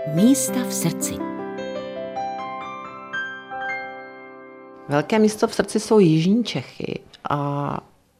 Místa v srdci. Velké místo v srdci jsou jižní Čechy a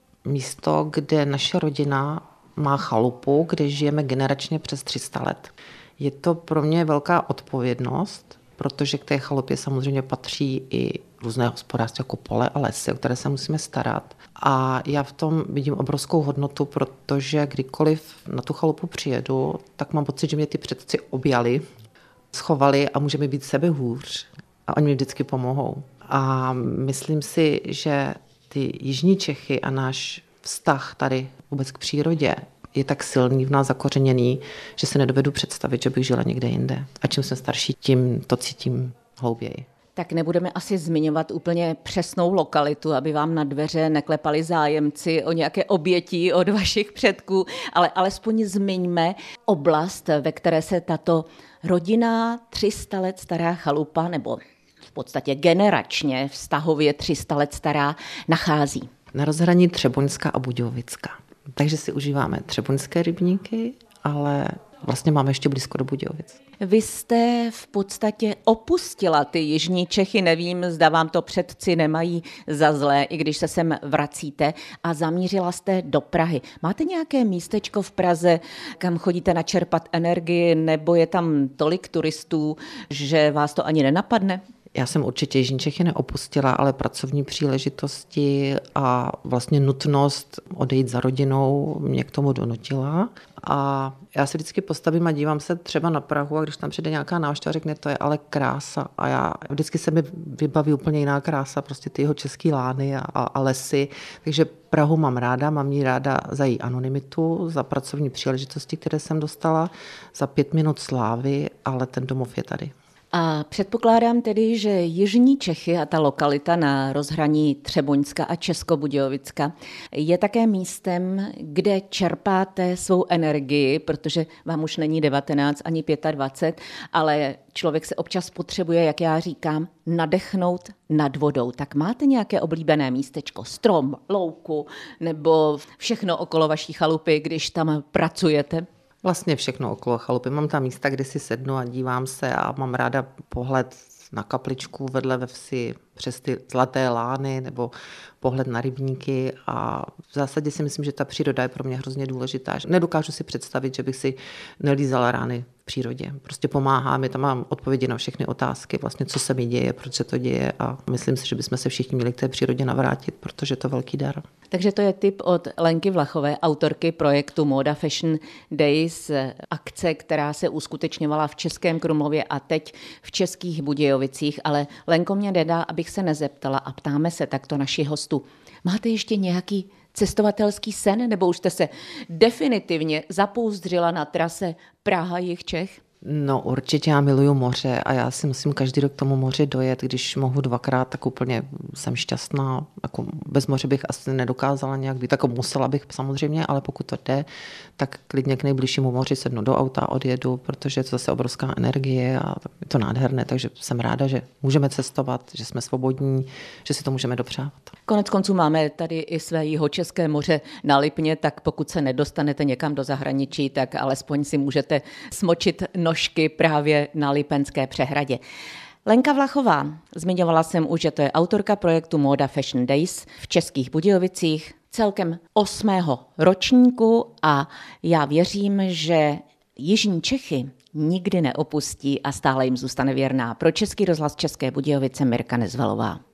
místo, kde naše rodina má chalupu, kde žijeme generačně přes 300 let. Je to pro mě velká odpovědnost, protože k té chalupě samozřejmě patří i různé hospodářství jako pole a lesy, o které se musíme starat. A já v tom vidím obrovskou hodnotu, protože kdykoliv na tu chalupu přijedu, tak mám pocit, že mě ty předci objali, schovali a může mi být sebehůř. A oni mi vždycky pomohou. A myslím si, že ty jižní Čechy a náš vztah tady vůbec k přírodě je tak silný, v nás zakořeněný, že se nedovedu představit, že bych žila někde jinde. A čím jsem starší, tím to cítím hlouběji. Tak nebudeme asi zmiňovat úplně přesnou lokalitu, aby vám na dveře neklepali zájemci o nějaké oběti od vašich předků, ale alespoň zmiňme oblast, ve které se tato rodinná 300 let stará chalupa, nebo v podstatě generačně vztahově 300 let stará, nachází. Na rozhraní Třeboňska a Budějovicka. Takže si užíváme třeboňské rybníky, ale vlastně máme ještě blízko do Budějovic. Vy jste v podstatě opustila ty jižní Čechy, nevím, zda vám to předci nemají za zlé, i když se sem vracíte, a zamířila jste do Prahy. Máte nějaké místečko v Praze, kam chodíte načerpat energii, nebo je tam tolik turistů, že vás to ani nenapadne? Já jsem určitě jižní Čechy neopustila, ale pracovní příležitosti a vlastně nutnost odejít za rodinou mě k tomu donutila. A já se vždycky postavím a dívám se třeba na Prahu a když tam přijde nějaká návštěva, řekne, to je ale krása. A já vždycky se mi vybaví úplně jiná krása, prostě ty jeho český lány a lesy. Takže Prahu mám ráda, mám jí ráda za její anonymitu, za pracovní příležitosti, které jsem dostala, za 5 minut slávy, ale ten domov je tady. A předpokládám tedy, že jižní Čechy a ta lokalita na rozhraní Třeboňska a Českobudějovicka je také místem, kde čerpáte svou energii, protože vám už není 19 ani 25, ale člověk se občas potřebuje, jak já říkám, nadechnout nad vodou. Tak máte nějaké oblíbené místečko, strom, louku nebo všechno okolo vaší chalupy, když tam pracujete? Vlastně všechno okolo chalupy. Mám tam místa, kde si sednu a dívám se a mám ráda pohled na kapličku vedle ve vsi přes ty zlaté lány nebo pohled na rybníky a v zásadě si myslím, že ta příroda je pro mě hrozně důležitá. Nedokážu si představit, že bych si nelízala rány v přírodě. Prostě pomáhá mi, tam mám odpovědi na všechny otázky, vlastně co se mi děje, proč se to děje a myslím si, že bychom se všichni měli k té přírodě navrátit, protože to je velký dar. Takže to je tip od Lenky Vlachové, autorky projektu Moda Fashion Days, akce, která se uskutečňovala v Českém Krumlově a teď v Českých Budějovicích, ale Lenko, mě nedá, abych se nezeptala a ptáme se takto našich hostů. Máte ještě nějaký cestovatelský sen, nebo už jste se definitivně zapouzdřila na trase Praha-Jih Čech? No určitě, já miluju moře a já si musím každý rok k tomu moři dojet, když mohu 2krát, tak úplně jsem šťastná. Jako bez moře bych asi nedokázala nějak být, jako musela bych samozřejmě, ale pokud to jde, tak klidně k nejbližšímu moři sednu do auta, odjedu, protože je to zase obrovská energie a je to nádherné, takže jsem ráda, že můžeme cestovat, že jsme svobodní, že si to můžeme dopřávat. Konec konců máme tady i své jihočeské moře na Lipně, tak pokud se nedostanete někam do zahraničí, tak alespoň si můžete smočit nožky právě na Lipenské přehradě. Lenka Vlachová, zmiňovala jsem už, že to je autorka projektu Moda Fashion Days v Českých Budějovicích, celkem 8. ročníku a já věřím, že jižní Čechy nikdy neopustí a stále jim zůstane věrná. Pro Český rozhlas České Budějovice Mirka Nezvalová.